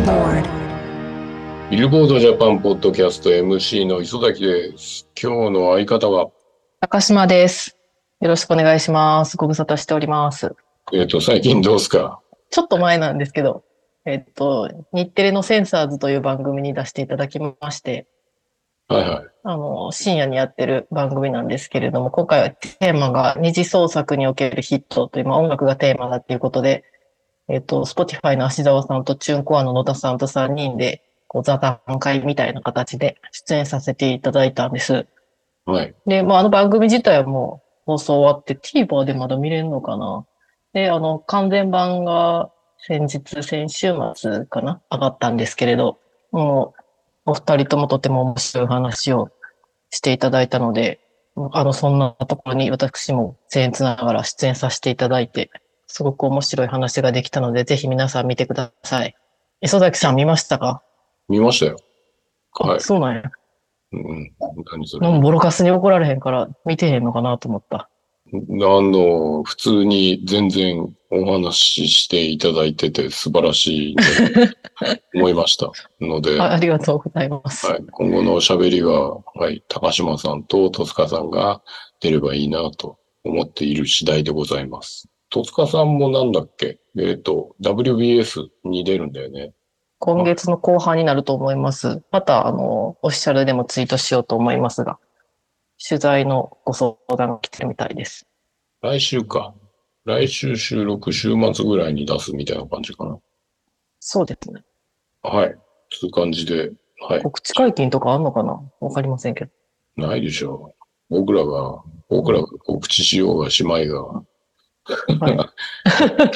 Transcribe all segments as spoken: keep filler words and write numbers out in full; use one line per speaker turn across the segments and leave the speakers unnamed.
aboard.
ビルボードジャパンポッドキャスト エムシー の磯崎です。今日の相方は、
高島です。よろしくお願いします。ご無沙汰しております。
えっ、と、最近どうすか？
ちょっと前なんですけど、えっと、日テレのセンサーズという番組に出していただきまして、
はいはい。
あの、深夜にやってる番組なんですけれども、今回はテーマが二次創作におけるヒットという、まあ、音楽がテーマだっていうことで、えっと、Spotify の芦沢さんとチューンコアの野田さんとさんにんで、こう、座談会みたいな形で出演させていただいたんです。
はい。
で、まあ、あの番組自体はもう放送終わって TVer でまだ見れるのかな。で、あの、完全版が先日、先週末かな上がったんですけれど、もう、お二人ともとても面白い話をしていただいたので、あの、そんなところに私も僭越ながら出演させていただいて、すごく面白い話ができたので、ぜひ皆さん見てください。磯崎さん見ましたか？
見ましたよ。
あ、
はい。
そうなんや。
うん。何それ。
もうボロカスに怒られへんから見てへんのかなと思った。
あの、普通に全然お話ししていただいてて素晴らしいと思いましたので、
あ、ありがとうございます。
はい。今後の喋りは、はい、高島さんと戸塚さんが出ればいいなと思っている次第でございます。戸塚さんもなんだっけえっ、と、ダブリュービーエス に出るんだよね。
今月の後半になると思います。また、あの、オフィシャルでもツイートしようと思いますが、取材のご相談が来てるみたいです。
来週か。来週収録週末ぐらいに出すみたいな感じかな。
そうですね。
はい。そういう感じで、はい。
告知解禁とかあんのかなわかりませんけど。
ないでしょう。僕らが、僕らが告知しようがしまいが、
はい。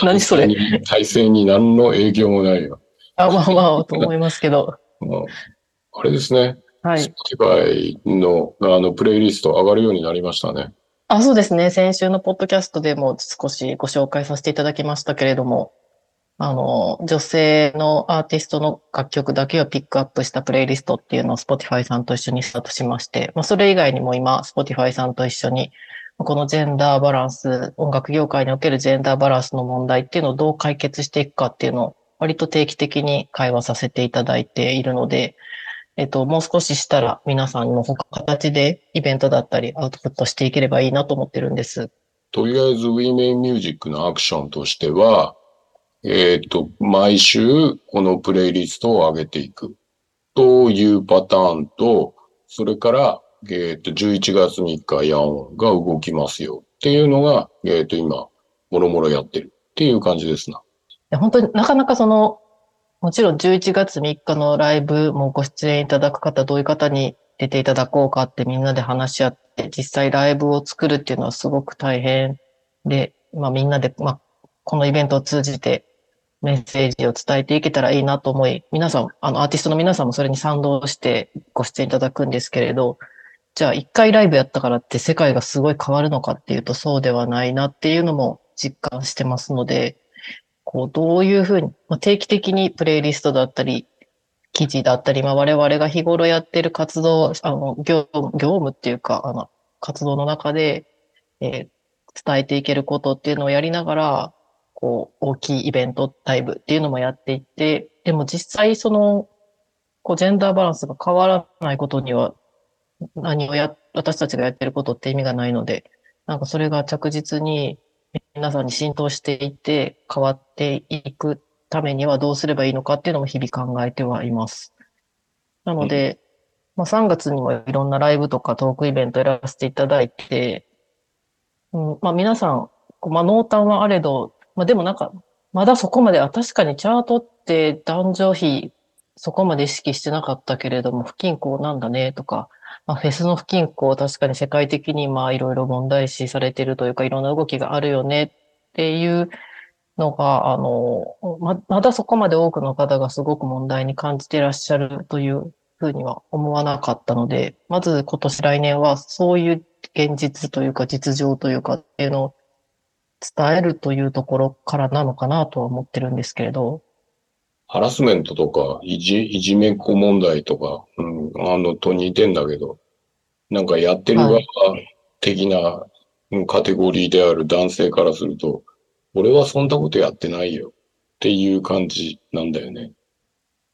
何それ。
体制に何の影響もないよ。
あ、まあまあ、と思いますけど。
うん、あれですね。
はい。
Spotify の、あの、プレイリスト上がるようになりましたね。
あ、そうですね。先週のポッドキャストでも少しご紹介させていただきましたけれども、あの、女性のアーティストの楽曲だけをピックアップしたプレイリストっていうのを Spotify さんと一緒にスタートしまして、まあ、それ以外にも今、Spotify さんと一緒に、このジェンダーバランス、音楽業界におけるジェンダーバランスの問題っていうのをどう解決していくかっていうのを割と定期的に会話させていただいているので、えっと、もう少ししたら皆さんの他形でイベントだったりアウトプットしていければいいなと思ってるんです。
とりあえず Women Music のアクションとしては、えっと、毎週このプレイリストを上げていくというパターンと、それから、えっと、じゅういちがつみっかヤオンが動きますよっていうのが、えっと、今、もろもろやってるっていう感じですな。
本当になかなかその、もちろんじゅういちがつみっかのライブもご出演いただく方、どういう方に出ていただこうかってみんなで話し合って、実際ライブを作るっていうのはすごく大変で、まあみんなで、まあ、このイベントを通じてメッセージを伝えていけたらいいなと思い、皆さん、あのアーティストの皆さんもそれに賛同してご出演いただくんですけれど、じゃあ一回ライブやったからって世界がすごい変わるのかっていうとそうではないなっていうのも実感してますので、こう、どういうふうに、まあ、定期的にプレイリストだったり、記事だったり、まあ、我々が日頃やってる活動、あの、業務、業務っていうか、あの、活動の中で、えー伝えていけることっていうのをやりながら、こう、大きいイベント、ライブっていうのもやっていって、でも実際その、こう、ジェンダーバランスが変わらないことには、何をや、私たちがやってることって意味がないので、なんかそれが着実に皆さんに浸透していって変わっていくためにはどうすればいいのかっていうのも日々考えてはいます。なので、まあ、さんがつにもいろんなライブとかトークイベントやらせていただいて、うん、まあ皆さん、こうまあ濃淡はあれど、まあでもなんか、まだそこまで、あ、確かにチャートって男女比そこまで意識してなかったけれども、不均衡なんだねとか、まあ、フェスの不均衡、確かに世界的にまあいろいろ問題視されているというか、いろんな動きがあるよねっていうのが、あの、ま、まだそこまで多くの方がすごく問題に感じていらっしゃるというふうには思わなかったので、まず今年来年はそういう現実というか実情というかっていうのを伝えるというところからなのかなとは思ってるんですけれど。
ハラスメントとか、いじ、いじめっ子問題とか、うん、あのと似てんだけど、なんかやってる側
はい。
的なうんカテゴリーである男性からすると、俺はそんなことやってないよっていう感じなんだよね。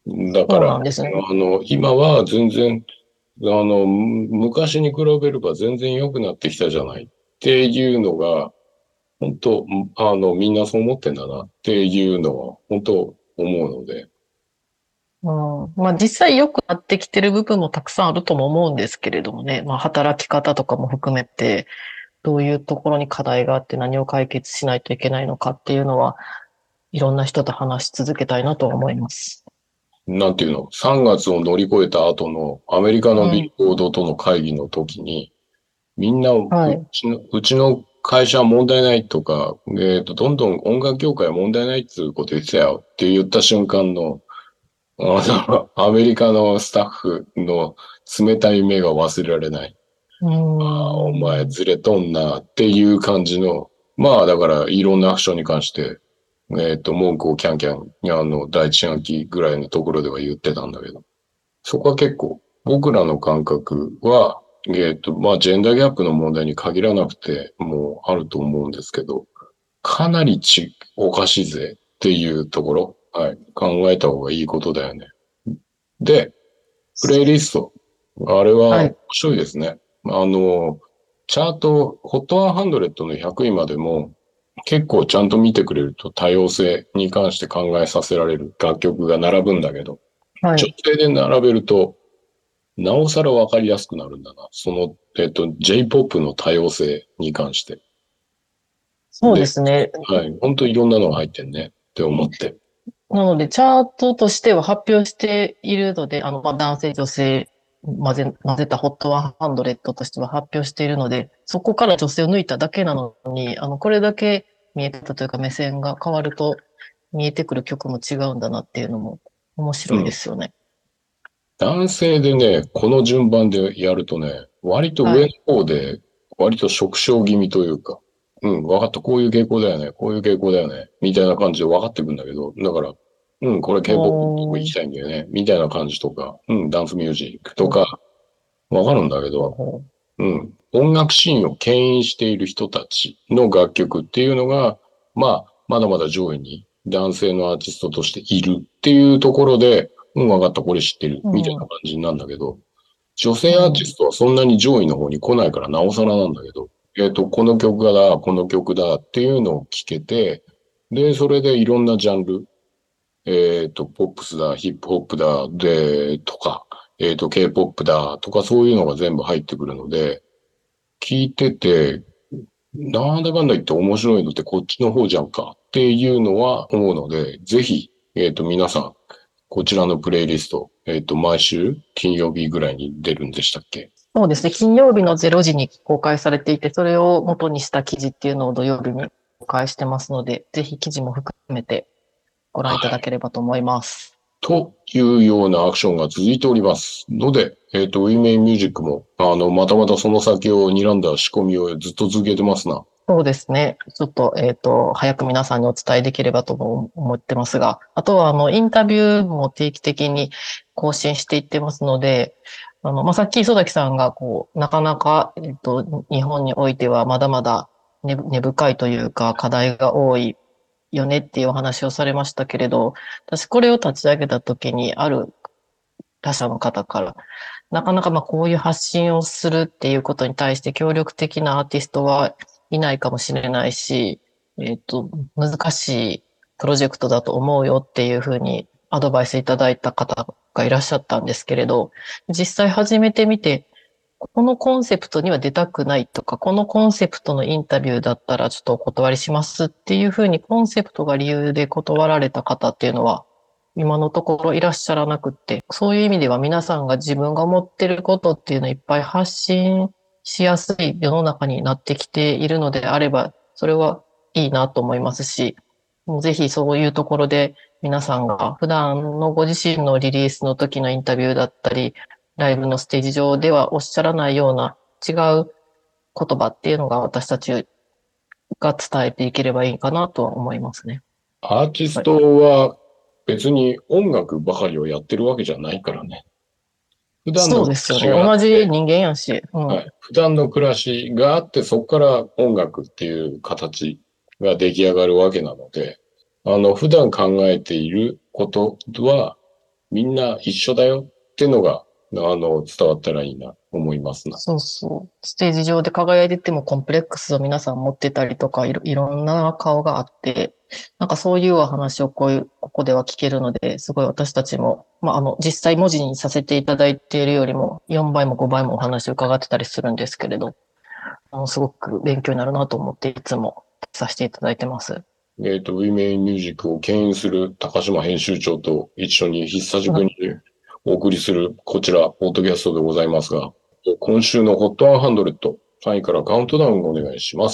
だか
そう
ら、
なんですね。
あの、今は全然、あの、む昔に比べれば全然良くなってきたじゃないっていうのが、本当、あの、みんなそう思ってんだなっていうのは、本当思うので。
うん、まあ実際良くなってきてる部分もたくさんあるとも思うんですけれどもね。まあ働き方とかも含めて、どういうところに課題があって何を解決しないといけないのかっていうのは、いろんな人と話し続けたいなと思います。
なんていうの、さんがつを乗り越えた後のアメリカのビル
うん。
ボードとの会議の時に、みんな、う
はい。
ちの、うちの会社は問題ないとか、えっと、どんどん音楽業界は問題ないっていうこと言ってたよって言った瞬間の、あの、アメリカのスタッフの冷たい目が忘れられない。
うー
あ、お前
ん。
ずれとんなっていう感じの、まあだからいろんなアクションに関して、えっと、文句をキャンキャン、あの、第一半期ぐらいのところでは言ってたんだけど、そこは結構僕らの感覚は、えっと、まあジェンダーギャップの問題に限らなくてもうあると思うんですけど、かなりち、おかしいぜっていうところ、はい、考えた方がいいことだよね。で、プレイリスト。あれは面
はい。
白いですね。あの、チャート、ホットひゃくのひゃくいまでも結構ちゃんと見てくれると多様性に関して考えさせられる楽曲が並ぶんだけど、女
はい。
性で並べるとなおさらわかりやすくなるんだな。その、えっと、J-ジェイポップ の多様性に関して。
そうで
で、
すね。
はい。本当いろんなのが入ってんねって思って。
なので、チャートとしては発表しているので、あの、まあ、男性、女性、混ぜ、混ぜた ホットひゃくとしては発表しているので、そこから女性を抜いただけなのに、あの、これだけ見え方というか目線が変わると見えてくる曲も違うんだなっていうのも面白いで
うん。
すよね。
男性でね、この順番でやるとね、割と上の
はい。
方で、割と縮小気味というか、うん、分かった、こういう傾向だよね、こういう傾向だよね、みたいな感じで分かってくんだけど、だから、うん、これ K-ポップ のとこ行
おー、
きたいんだよね、みたいな感じとか、うん、ダンスミュージックと
ほ
か、分かるんだけど、
うほ
うん、音楽シーンを牽引している人たちの楽曲っていうのが、まあ、まだまだ上位に男性のアーティストとしているっていうところで、うん、分かった、これ知ってる、
う。
みたい
うん、
な感じなんだけど、女性アーティ
うん、
ストはそんなに上位の方に来ないからなおさらなんだけど、えっと、この曲がだ、この曲だっていうのを聞けて、で、それでいろんなジャンル、えっと、ポップスだ、ヒップホップだ、で、とか、えっと、K-ケーポップ だ、とかそういうのが全部入ってくるので、聞いてて、なんだかんだ言って面白いのってこっちの方じゃんかっていうのは思うので、ぜひ、えっと、皆さん、こちらのプレイリスト、えっと、毎週金曜日ぐらいに出るんでしたっけ？
そうですね。金曜日のれいじに公開されていて、それを元にした記事っていうのを土曜日に公開してますので、ぜひ記事も含めてご覧いただ
はい。
ければと思います。
というようなアクションが続いておりますので、えっと、ウィメインミュージックも、あの、またまたその先を睨んだ仕込みをずっと続けてますな。
そうですね。ちょっと、えっと、早く皆さんにお伝えできればとも思ってますが、あとは、あの、インタビューも定期的に更新していってますので、あの、まあ、さっき磯崎さんが、こう、なかなか、えっと、日本においてはまだまだ根根深いというか、課題が多いよねっていうお話をされましたけれど、私これを立ち上げた時に、ある他社の方から、なかなかまあこういう発信をするっていうことに対して協力的なアーティストはいないかもしれないし、えっと、難しいプロジェクトだと思うよっていうふうにアドバイスいただいた方がいらっしゃったんですけれど、実際始めてみて、このコンセプトには出たくないとか、このコンセプトのインタビューだったらちょっとお断りしますっていうふうにコンセプトが理由で断られた方っていうのは今のところいらっしゃらなくって、そういう意味では皆さんが自分が思ってることっていうのをいっぱい発信しやすい世の中になってきているのであれば、それはいいなと思いますし、もうぜひそういうところで皆さんが普段のご自身のリリースの時のインタビューだったり、ライブのステージ上ではおっしゃらないような違う言葉っていうのが私たちが伝えていければいいかなとは思いますね。
アーティス
はい。
トは別に音楽ばかりをやってるわけじゃないからね。普段の暮ら
そうですよね。
しがあって、
同じ人間やし。うん。
はい。普段の暮らしがあって、そこから音楽っていう形が出来上がるわけなので、あの、普段考えていることは、 みんな一緒だよっていうのが、あの、伝わったらいいな、思いますな。
そうそう。ステージ上で輝いててもコンプレックスを皆さん持ってたりとか、いろ、いろんな顔があって、なんかそういうお話をこういう、ここでは聞けるので、すごい私たちも、まあ、あの、実際文字にさせていただいているよりも、よんばいもごばいもお話を伺ってたりするんですけれど、あの、すごく勉強になるなと思って、いつもさせていただいてます。
えっと、ウィメンミュージックを牽引する高島編集長と一緒に久しぶりにお送りするこちら、ポッドキャストでございますが、今週のホットハンドレッド、さんいからカウントダウンをお願いします。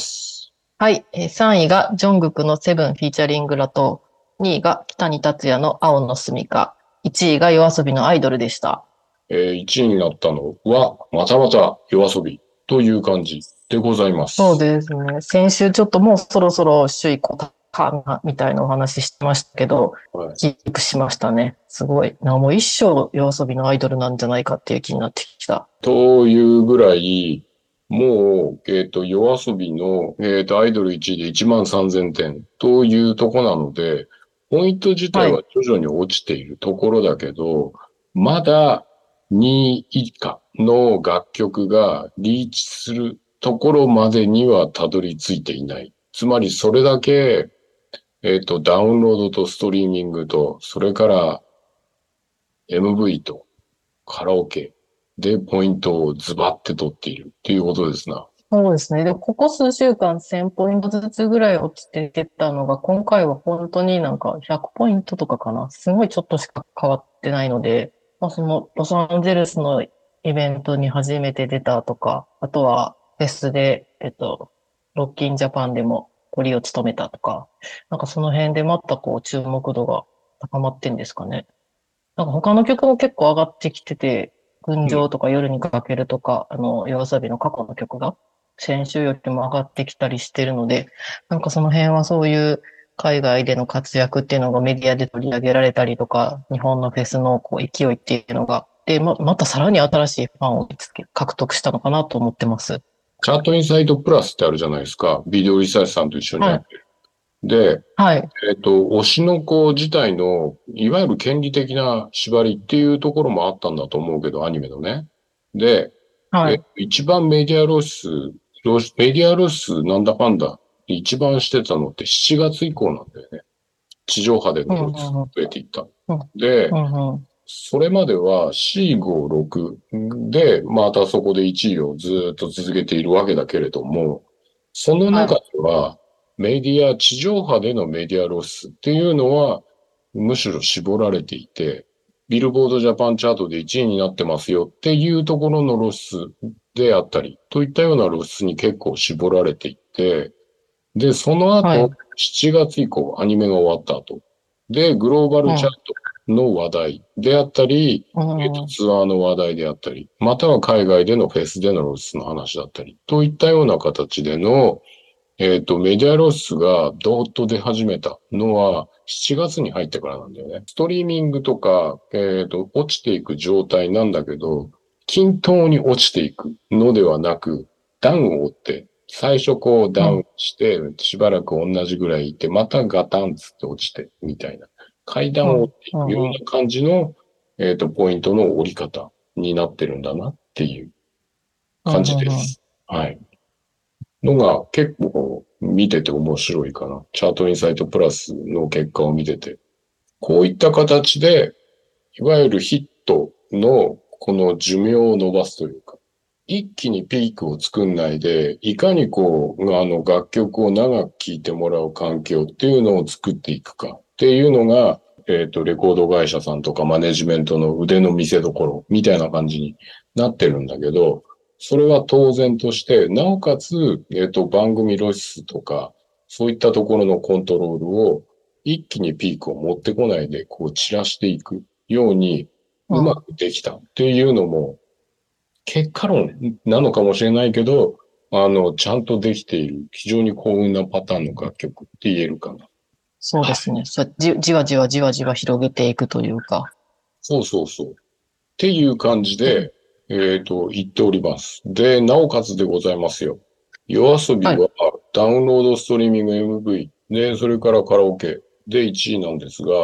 はい。えーさんいがジョングクのセブンフィーチャリングラと、にいが北に達也の青の住処、いちいが夜遊びのアイドルでした。
えー、いちいになったのは、またまた夜遊びという感じでございま
そう
す。
ですね。先週ちょっともうそろそろ首位交代かな、みたいなお話ししてましたけど、
はい、
キープしましたね。すごい。なもう一生夜遊びのアイドルなんじゃないかっていう気になってきた。
というぐらい、もう、えっと、夜遊びの、えっと、アイドルいちいでいちまんさんぜんてんというとこなので、ポイント自体は
はい。
徐々に落ちているところだけど、まだにい以下の楽曲がリーチするところまでにはたどり着いていない。つまりそれだけ、えっと、ダウンロードとストリーミングと、それから エムブイ とカラオケでポイントをズバって取っているっていうことですな。
そうですね。で、ここ数週間せんポイントずつぐらい落ちて出たのが、今回は本当になんかひゃくポイントとかかな。すごいちょっとしか変わってないので、まあ、そのロサンゼルスのイベントに初めて出たとか、あとはフェスで、えっと、ロッキンジャパンでもトリを務めたとか、なんかその辺でまたこう注目度が高まってんですかね。なんか他の曲も結構上がってきてて、群
うん。
青とか夜にかけるとか、あの、夜遊びの過去の曲が先週よりも上がってきたりしてるので、なんかその辺はそういう海外での活躍っていうのがメディアで取り上げられたりとか、日本のフェスのこう勢いっていうのが、で、ま、またさらに新しいファンを見つけ獲得したのかなと思ってます。
チャートインサイトプラスってあるじゃないですか。ビデオリサーチさんと一緒に
はい。
やってる。で、
はい。
えっと、推しの子自体の、いわゆる権利的な縛りっていうところもあったんだと思うけど、アニメのね。で、え、
はい。
一番メディア露出、露出メディア露出なんだかんだ、一番してたのってしちがつ以降なんだよね。地上波での
うん、
露出
うん、
増えていった。
うん、
で、
うん、うん。
それまでは シーごじゅうろく で、またそこでいちいをずっと続けているわけだけれども、その中
はい。
ではメディア、地上波でのメディア露出っていうのはむしろ絞られていて、ビルボードジャパンチャートでいちいになってますよっていうところの露出であったり、といったような露出に結構絞られていて、で、その後、
はい。
しちがつ以降、アニメが終わった後、で、グローバルチャー
うん、
トの話題であったり、
う
えっと、
ん、
ツアーの話題であったり、または海外でのフェスでの露出の話だったり、といったような形での、えっと、メディア露出がどーっと出始めたのは、しちがつに入ってからなんだよね。ストリーミングとか、えっと、落ちていく状態なんだけど、均等に落ちていくのではなく、段を追って、最初こうダウン
うん、
して、しばらく同じぐらいいて、またガタンつって落ちて、みたいな。階段を追っ
うん、
ていくよう
うん、
な感じの、えっと、ポイントの折り方になってるんだなっていう感
うん、うん。
じです。はい。のが結構見てて面白いかな。チャートインサイトプラスの結果を見てて。こういった形で、いわゆるヒットのこの寿命を伸ばすというか、一気にピークを作んないで、いかにこう、あの楽曲を長く聴いてもらう環境っていうのを作っていくかっていうのが、えっと、レコード会社さんとかマネジメントの腕の見せ所みたいな感じになってるんだけど、それは当然として、なおかつ、えっと、番組露出とか、そういったところのコントロールを一気にピークを持ってこないで、こう散らしていくようにうま
うん、
くできたっていうのも、結果論なのかもしれないけど、あの、ちゃんとできている、非常に幸運なパターンの楽曲って言えるかな。はい。
そうですね。そうじ、じわじわじわじわ広げていくというか。
そうそうそう。っていう感じ
うん、
で、えっと、言っております。で、なおかつでございますよ。夜遊び
はい。
はダウンロードストリーミング エムブイ で、それからカラオケでいちいなんですが、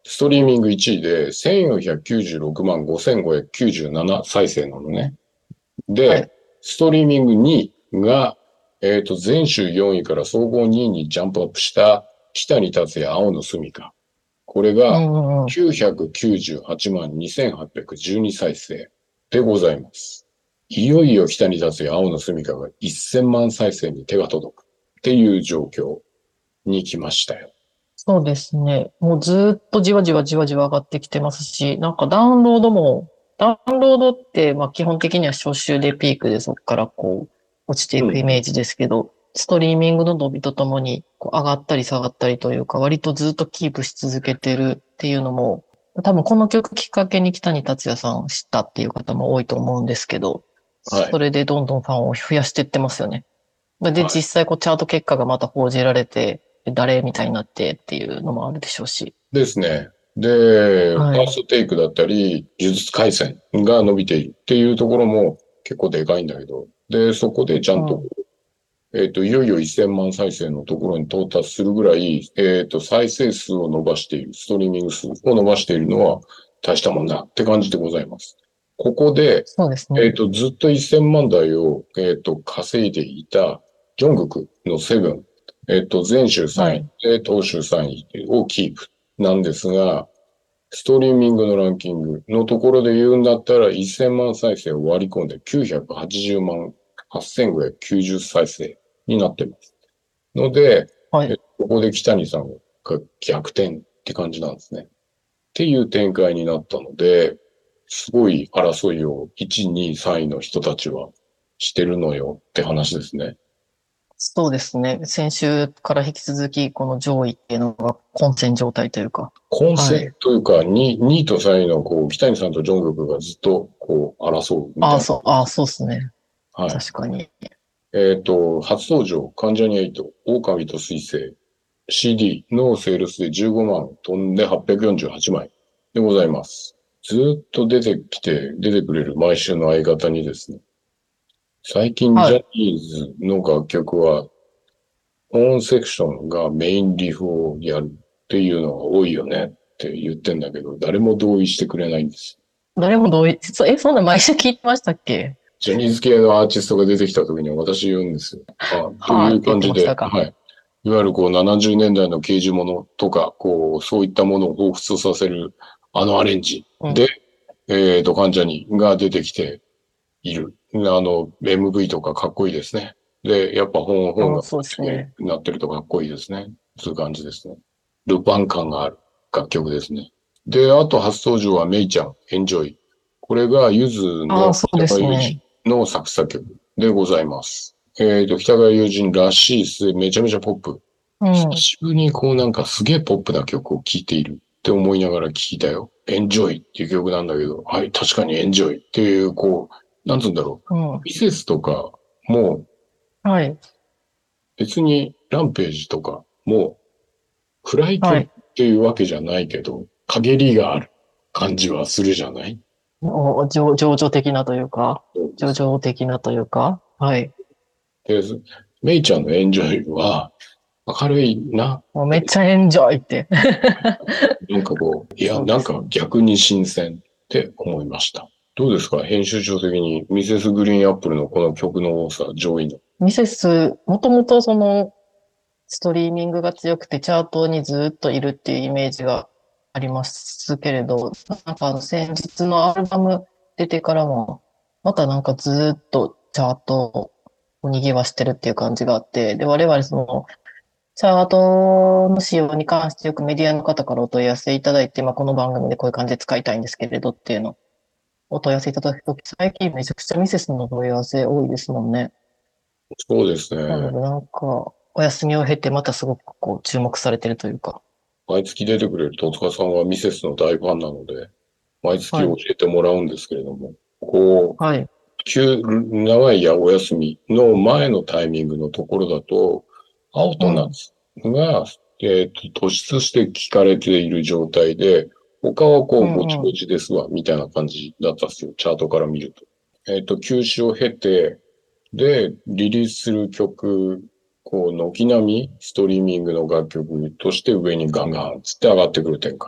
ストリーミングいちいでせんよんひゃくきゅうじゅうろくまんごせんごひゃくきゅうじゅうなな再生なのね。で、
はい。
ストリーミングにいが、えっと、全週よんいから総合にいにジャンプアップした北に立也青の住処。これ
う
が
んうんうん。
きゅうひゃくきゅうじゅうはちまんにせんはっぴゃくじゅうに再生でございます。いよいよ北に立也青の住処がせんまん再生に手が届くっていう状況に来ましたよ。
そうですね。もうずーっとじわじわじわじわ上がってきてますし、なんかダウンロードも、ダウンロードって、まあ基本的には初週でピークでそこからこう落ちていくイメージですけど、ストリーミングの伸びとともにこう上がったり下がったりというか、割とずっとキープし続けてるっていうのも、多分この曲きっかけに北に達也さんを知ったっていう方も多いと思うんですけど、
はい。
それでどんどんファンを増やしていってますよね。で、
はい。
実際こうチャート結果がまた報じられて、誰みたいになってっていうのもあるでしょうし。
ですね。で、フ
はい。
ァーストテイクだったり、呪術廻戦が伸びているっていうところも結構でかいんだけど、で、そこでちゃんと、
うん。
えっと、いよいよせんまん再生のところに到達するぐらい、えっと、再生数を伸ばしている、ストリーミング数を伸ばしているのは大したもんだって感じでございます。ここで、
そうですね。
えっと、ずっとせんまん台を、えっと、稼いでいた、ジョングクのセブン、えっと、全週さんい
はい。
で、当週さんいをキープなんですが、ストリーミングのランキングのところで言うんだったらせんまん再生を割り込んできゅうひゃくはちじゅうまんはっせんごひゃくきゅうじゅう再生になってます。ので、
はい。
えここで北谷さんが逆転って感じなんですね。っていう展開になったので、すごい争いをいち、に、さんいの人たちはしてるのよって話ですね。
そうですね。先週から引き続き、この上位っていうのが混戦状態というか。
混戦
はい。
というか、に、にいとさんいのこう、北谷さんとジョングクがずっとこう、争うみ
ああ、
たいな。
そう、ああ、そうですね。
はい。
確かに。
えっと、初登場、関ジャニエイト、狼と彗星、シーディー のセールスでじゅうごまん飛んではっぴゃくよんじゅうはちまいでございます。ずーっと出てきて、出てくれる毎週の相方にですね、最近ジャ
はい。
ニーズの楽曲は、オーンセクションがメインリフをやるっていうのが多いよねって言ってんだけど、誰も同意してくれないんです。
誰も同意、そえ、そんな毎週聞いてましたっけ？
ジャニーズ系のアーティストが出てきた時に私言うんですよ。あ、という
はあって言っ
感じで、
てましたか。
はい。いわゆるこうななじゅうねんだいの刑事物とか、こう、そういったものを彷彿とさせるあのアレンジ
うん。
で、えっと、関ジャニが出てきている。あの、エムブイ とかかっこいいですね。で、やっぱ本、本
うん、
が
そうですね。
なってるとかっこいいですね。そういう感じですね。ルパン感がある楽曲ですね。で、あと初登場はメイちゃん、エンジョイ。これがゆず
ああ、
の
そうで
北川悠
すね。
仁の作詞曲でございます。えっと、北川悠仁らしいす、めちゃめちゃポップ。
うん。
久しぶりにこうなんかすげえポップな曲を聴いているって思いながら聴いたよ。エンジョイっていう曲なんだけど、はい、確かにエンジョイっていう、こう、なんつうんだろう。
うん。
ミセスとかも
はい。
別にランページとかも暗い曲っ
はい。
ていうわけじゃないけど、陰りがある感じはするじゃない
お、情情緒的なというか、情
そうです。
緒的なというか、はい。
で、メイちゃんのエンジョイは明るいな。
もうめっちゃエンジョイって。
なんかこう、いや、なんか
そうですね。
逆に新鮮って思いました。どうですか編集長的にミセスグリーンアップルのこの曲の多さ、上位の。
ミセス、もともとその、ストリーミングが強くてチャートにずっといるっていうイメージがありますけれど、なんかあの先日のアルバム出てからも、またなんかずっとチャートを賑わしてるっていう感じがあって、で、我々その、チャートの仕様に関してよくメディアの方からお問い合わせいただいて、まあ、この番組でこういう感じで使いたいんですけれどっていうのをお問い合わせいただくとき、最近めちゃくちゃミセスの問い合わせ多いですもんね。
そうですね。
なのでなんか、お休みを経てまたすごくこう注目されてるというか。
毎月出てくれる戸塚さんはミセスの大ファンなので、毎月教
はい。
えてもらうんですけれども、こう、
はい。
急、長いやお休みの前のタイミングのところだと、青
うん。
と夏が、えっと、突出して聞かれている状態で、他はこ
う
う、ぼち
んうん。
ぼちですわ、みたいな感じだったんですよ。チャートから見ると。えっと、休止を経て、で、リリースする曲、こう、軒並みストリーミングの楽曲として上にガンガンつって上がってくる展開。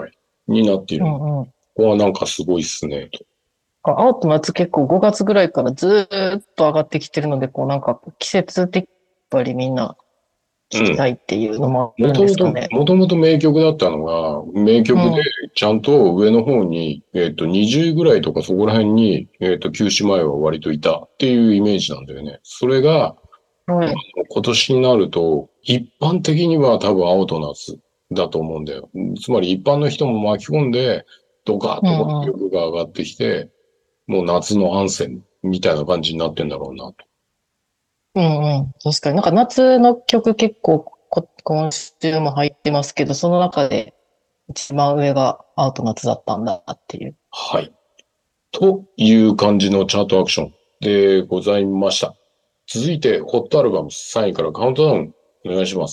になっていうる。
んうん。
ここはなんかすごいっすね、と。
あ青と夏結構ごがつぐらいからずーっと上がってきてるので、こうなんか季節的にやっぱりみんな聞き
うん。
たいっていうのもあるん
もともと、
ですかね。
もともと名曲だったのが、名曲で、
うん。
ちゃんと上の方に、えっと、にじゅういぐらいとかそこら辺に、えっと、休止前は割といたっていうイメージなんだよね。それが、
はい。
今年になると、一般的には多分青と夏だと思うんだよ。つまり一般の人も巻き込んで、ドカッ
う
とこの
んうん。
曲が上がってきて、もう夏のアンセムみたいな感じになってんだろうなと。
うんうん。確かになんか夏の曲結構こ今週も入ってますけど、その中で一番上が青と夏だったんだっていう。
はい。という感じのチャートアクションでございました。続いて、ホットアルバムさんいからカウントダウンお願いします。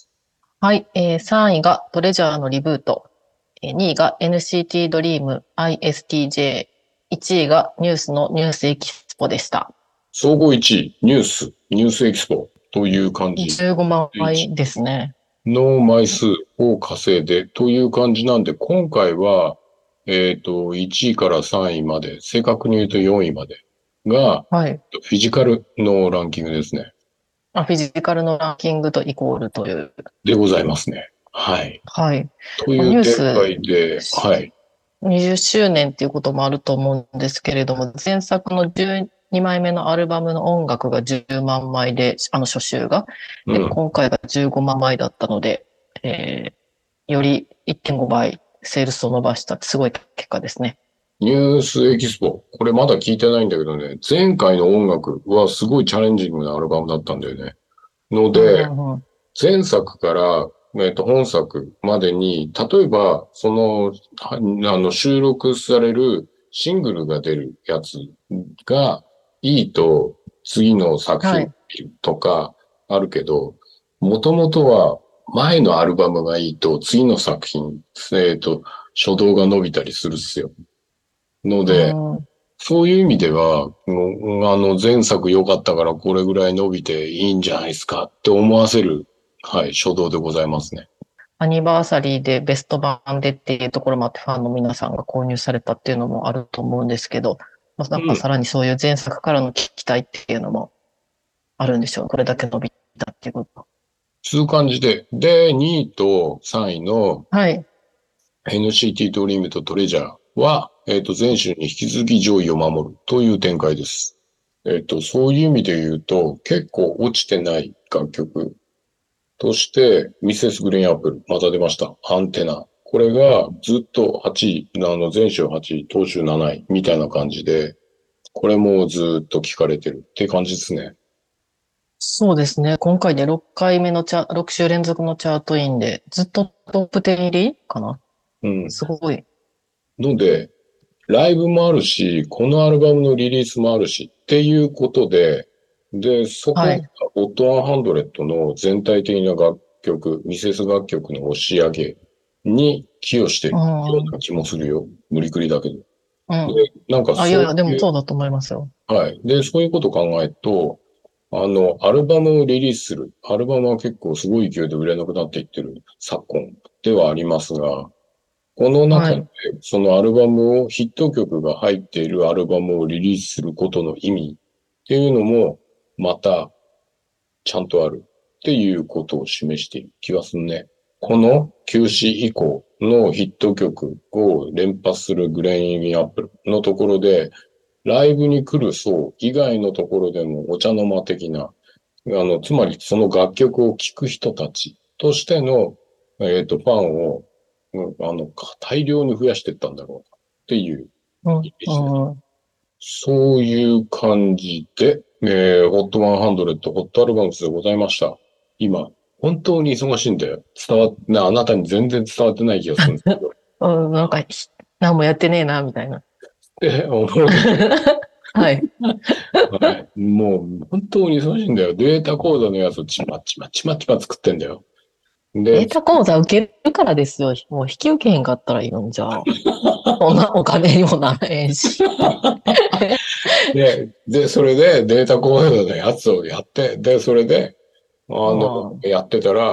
はい。えー、さんいがトレジャーのリブート。えーにいが エヌシーティー ドリーム アイエスティージェー。いちいがニュースのニュースエキスポでした。
総合いちい、ニュース、ニュースエキスポという感じ。
じゅうごまんまいですね。
の枚数を稼いでという感じなんで、今回は、えっと、いちいからさんいまで、正確に言うとよんいまでが、
はい。
フィジカルのランキングですね。
あ、フィジカルのランキングとイコールという。
でございますね。はい。
はい。
という
ニュー
展
ス
開で、はい。
にじゅっしゅうねんっていうこともあると思うんですけれども、前作のじゅうにまいめのアルバムの音楽がじゅうまんまいで、あの初週が。で、
うん。
今回がじゅうごまんまいだったので、えー、よりいってんごばいセールスを伸ばしたすごい結果ですね。
ニュースエキスポ。これまだ聞いてないんだけどね、前回の音楽はすごいチャレンジングなアルバムだったんだよね。の
うん
で、
うんうん。
前作から、えっと、本作までに、例えば、その、はあの、収録されるシングルが出るやつがいいと、次の作品
はい。
とかあるけど、もともとは前のアルバムがいいと、次の作品、えっと、初動が伸びたりするっすよ。の
う
で、
ん。
そういう意味では、もうあの、前作良かったからこれぐらい伸びていいんじゃないですかって思わせる、はい、初動でございますね。
アニバーサリーでベスト版でっていうところもあって、ファンの皆さんが購入されたっていうのもあると思うんですけど、まあなんか
うん。
さらにそういう前作からの期待っていうのもあるんでしょう。これだけ伸びたっていうこと。
そういう感じで。で、にいとさんいの
はい。
エヌシーティー ドリームとトレジャーは、えっと、前週に引き続き上位を守るという展開です。えっと、そういう意味で言うと、結構落ちてない楽曲として、ミセスグリーンアップル、また出ました。アンテナ。これがずっとはちい、あの、前週はちい、当週なないみたいな感じで、これもずっと聞かれてるって感じですね。
そうですね。今回でろっかいめのチャ、ろく週連続のチャートインで、ずっとトップじゅう入りかな。
うん。
すごい。
ので、ライブもあるし、このアルバムのリリースもあるしっていうことで、で、そこが
はい。
ホットハンドレットの全体的な楽曲、ミセス楽曲の押し上げに寄与して
う
るよう
ん。
な気もするよ。無理くりだけど。で、
うん。
なんか
あ、いや
そ
いや、で
ういう、
もそうだと思いますよ。
はい。で、そういうことを考えると、あの、アルバムをリリースする。アルバムは結構すごい勢いで売れなくなっていってる昨今ではありますが、この中で、
はい。
そのアルバムを、ヒット曲が入っているアルバムをリリースすることの意味っていうのも、また、ちゃんとあるっていうことを示している気がするね。この休止以降のヒット曲を連発するグレインアップルのところで、ライブに来る層以外のところでもお茶の間的な、あの、つまりその楽曲を聴く人たちとしての、えっと、ファンを、うんあの、大量に増やしていったんだろうっていう
うん。
イメージです。
うん。
そういう感じで、えー、ホットハンドレット、ホットアルバムスでございました。今、本当に忙しいんだよ。伝わっ、ね、あなたに全然伝わってない気がするんですけど。
うん、なんか、ひ何もやってねえな、みたいな。
え、思うでしょ。
はい。
はい。もう、本当に忙しいんだよ。データコードのやつをちまちまちまちま作ってんだよ。で、
データ講座受けるからですよ。もう引き受けへんかったらいいのに、じゃあ。そんなお金にもならへんし。
で、で、それでデータコードのやつをやって、で、それで、あの、
うん。
やってたら、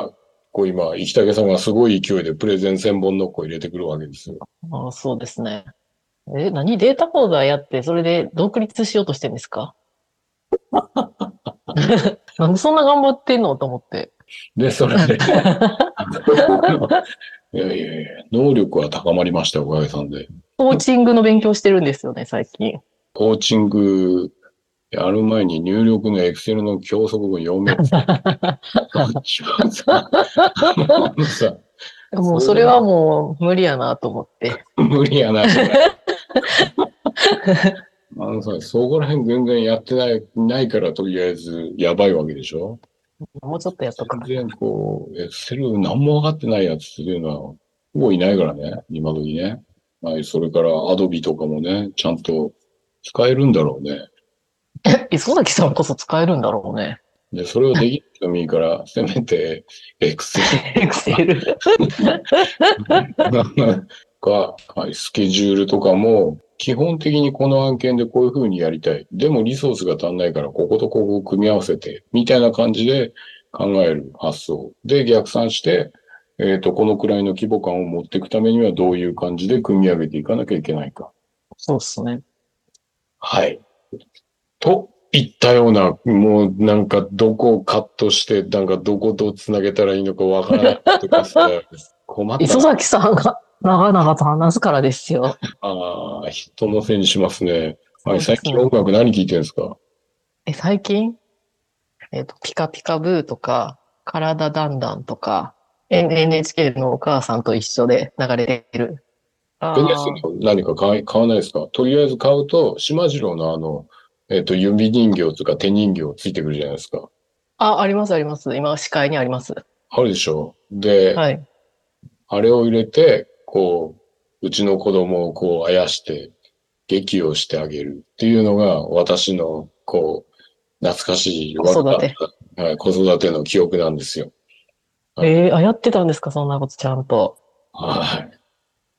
こう今、生竹さんがすごい勢いでプレゼン千本ノックを入れてくるわけですよ。
ああ、そうですね。え、何データ講座やって、それで独立しようとしてるんですか？なんでそんな頑張ってんのと思って。
で、それで、いやいやいや、能力は高まりましたよ、おかげさんで。
コーチングの勉強してるんですよね、最近。
コーチングやる前に入力のエクセルの教則文読めって。さ、もうさ、
もうそれはもう無理やなと思って。
無理やな、じゃない。あのさ、そこら辺全然やってない、ないからとりあえずやばいわけでしょ？
もうちょっとやっとか。
全然こう、エクセル何も分かってないやつっていうのは、ほぼいないからね、今時ね。はい、それからアドビとかもね、ちゃんと使えるんだろうね。
え、磯崎さんこそ使えるんだろうね。
で、それをできなくてもいいから、せめて、エクセ
エクセル。
ルか、はい、スケジュールとかも、基本的にこの案件でこういう風にやりたい。でもリソースが足んないから、こことここを組み合わせて、みたいな感じで考える発想。で、逆算して、えっと、このくらいの規模感を持っていくためにはどういう感じで組み上げていかなきゃいけないか。
そうっすね。
はい。といったような、もうなんかどこをカットして、なんかどことつなげたらいいのかわからないとかさ、困ったな。
磯崎さんが長々と話すからですよ。
ああ、人のせいにしますね。はい、最
そうですね。
近音楽何聴いてるんですか？
え、最近えっと、ピカピカブーとか、体だんだんとか、エヌエヌエイチケー のお母さんと一緒で流れてる。
ベネス
あ
の何か買い買わないですか？とりあえず買うと、島次郎のあの、えっと、指人形とか手人形ついてくるじゃないですか。
あ、あ、ありますあります。今、視界にあります。
あるでしょ？で、
はい。
あれを入れて、こう、うちの子供をこう、あやして、劇をしてあげるっていうのが、私の、こう、懐かしい
子
若かっ
育て。
た、はい、子育ての記憶なんですよ。はい。
ええー、あ、やってたんですか、そんなことちゃんと。
はい。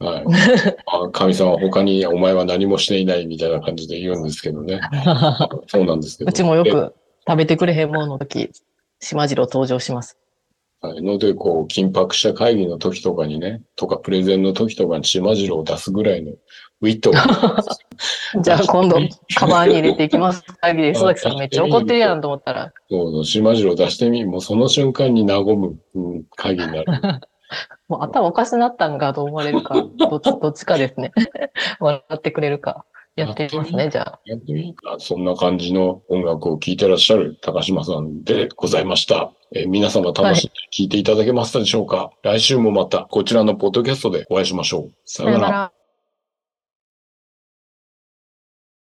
はい。あ、神様は他にお前は何もしていないみたいな感じで言うんですけどね。そうなんですけ
うち
ど。え、
もよく食べてくれへんもんの時、島次郎登場します。
はい。ので、こう、緊迫した会議の時とかにね、とかプレゼンの時とかに島次郎を出すぐらいのウィットが
じゃあ今度、カバンに入れていきます。会議で磯
あ、
崎さんめっちゃ
出してみると、
怒ってるやんと思ったら、
そう、島次郎出してみ、もうその瞬間に和む、うん、会議になる。
もう頭おかしなったんかと思われるか、どっち、どっちかですね。笑ってくれるか。やっ
やってみ
てますね、じゃあ。
やってみいいか。そんな感じの音楽を聴いてらっしゃる高島さんでございました。えー皆様楽しんで
はい。
聴いていただけましたでしょうか？来週もまたこちらのポッドキャストでお会いしましょう。さようなら。
さよなら。